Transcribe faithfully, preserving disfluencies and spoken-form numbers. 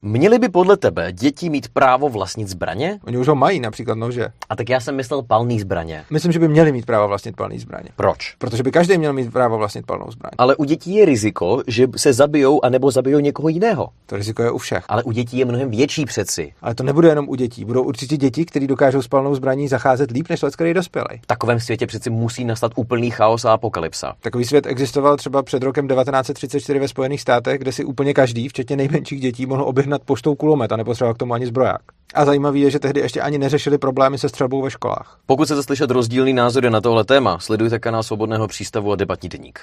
Měly by podle tebe děti mít právo vlastnit zbraně? Oni už ho mají, například nože. A tak já jsem myslel palný zbraně. Myslím, že by měli mít právo vlastnit palný zbraně. Proč? Protože by každý měl mít právo vlastnit palnou zbraň. Ale u dětí je riziko, že se zabijou anebo zabijou někoho jiného. To riziko je u všech. Ale u dětí je mnohem větší přeci. Ale to nebude jenom u dětí. Budou určitě děti, které dokážou s palnou zbraní zacházet líp než lecký dospělej. V takovém světě přeci musí nastat úplný chaos a apokalypsa. Takový svět existoval třeba před rokem devatenáct set třicet čtyři ve Spojených státech, kde si úplně každý, včetně nejmenších dětí, mohl oběhnat poštou kulomet a nepotřeboval k tomu ani zbroják. A zajímavý je, že tehdy ještě ani neřešili problémy se střelbou ve školách. Pokud chcete slyšet rozdílný názory na tohle téma, sledujte kanál Svobodného přístavu a Debatní deník.